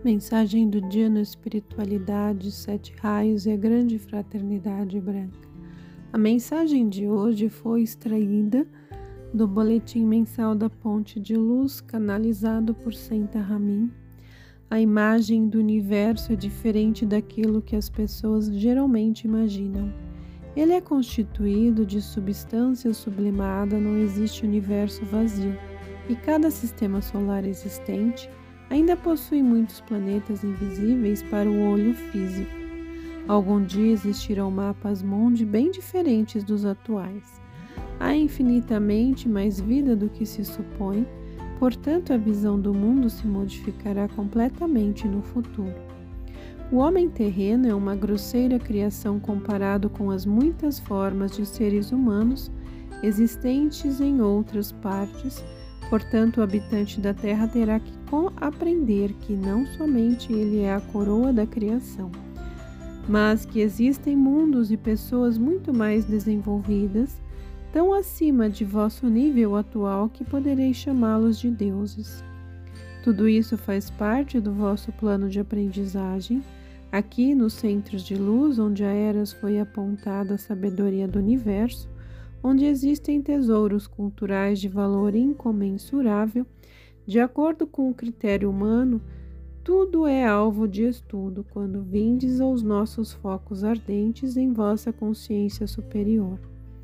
Mensagem do dia no Espiritualidade, 7 raios e a grande fraternidade branca. A mensagem de hoje foi extraída do boletim mensal da Ponte de Luz, canalizado por Senta Ramin. A imagem do universo é diferente daquilo que as pessoas geralmente imaginam. Ele é constituído de substância sublimada, não existe universo vazio, e cada sistema solar existente ainda possui muitos planetas invisíveis para o olho físico. Algum dia existirão mapas mundi bem diferentes dos atuais. Há infinitamente mais vida do que se supõe, portanto a visão do mundo se modificará completamente no futuro. O homem terreno é uma grosseira criação comparado com as muitas formas de seres humanos existentes em outras partes. Portanto, o habitante da Terra terá que aprender que não somente ele é a coroa da criação, mas que existem mundos e pessoas muito mais desenvolvidas, tão acima de vosso nível atual que podereis chamá-los de deuses. Tudo isso faz parte do vosso plano de aprendizagem, aqui nos centros de luz, onde a Eras foi apontada a sabedoria do universo, onde existem tesouros culturais de valor incomensurável. De acordo com o critério humano, tudo é alvo de estudo quando vindes aos nossos focos ardentes em vossa consciência superior.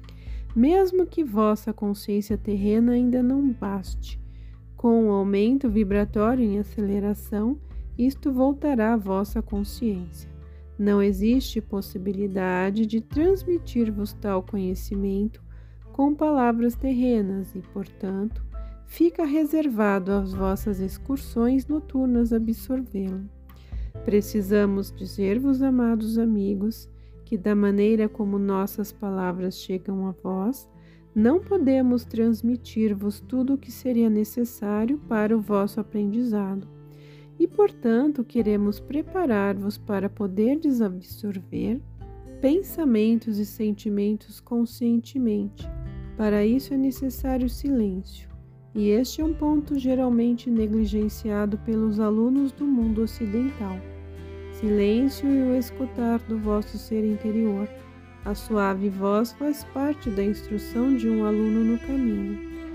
Mesmo que vossa consciência terrena ainda não baste, com o aumento vibratório em aceleração, isto voltará à vossa consciência. Não existe possibilidade de transmitir-vos tal conhecimento com palavras terrenas e, portanto, fica reservado às vossas excursões noturnas absorvê-lo. Precisamos dizer-vos, amados amigos, que da maneira como nossas palavras chegam a vós, não podemos transmitir-vos tudo o que seria necessário para o vosso aprendizado. E, portanto, queremos preparar-vos para poderdes absorver pensamentos e sentimentos conscientemente. Para isso é necessário silêncio, e este é um ponto geralmente negligenciado pelos alunos do mundo ocidental. Silêncio e o escutar do vosso ser interior. A suave voz faz parte da instrução de um aluno no caminho.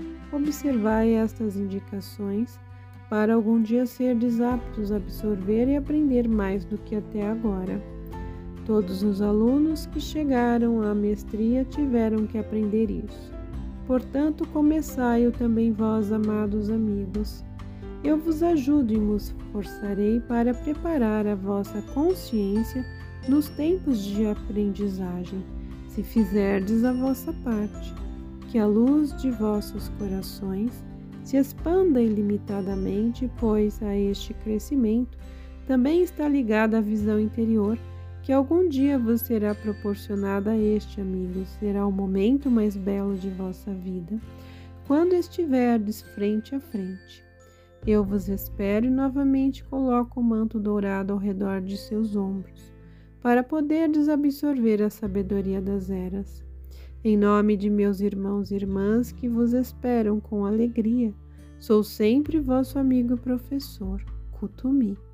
Observai estas indicações para algum dia serdes aptos a absorver e aprender mais do que até agora. Todos os alunos que chegaram à mestria tiveram que aprender isso. Portanto, começai-o também vós, amados amigos. Eu vos ajudo e vos forçarei para preparar a vossa consciência nos tempos de aprendizagem, se fizerdes a vossa parte. Que a luz de vossos corações se expanda ilimitadamente, pois a este crescimento também está ligada a visão interior, que algum dia vos será proporcionada a este, amigos. Será o momento mais belo de vossa vida, quando estiverdes frente a frente. Eu vos espero e novamente coloco o manto dourado ao redor de seus ombros, para poderdes absorver a sabedoria das eras. Em nome de meus irmãos e irmãs que vos esperam com alegria, sou sempre vosso amigo professor, Kutumi.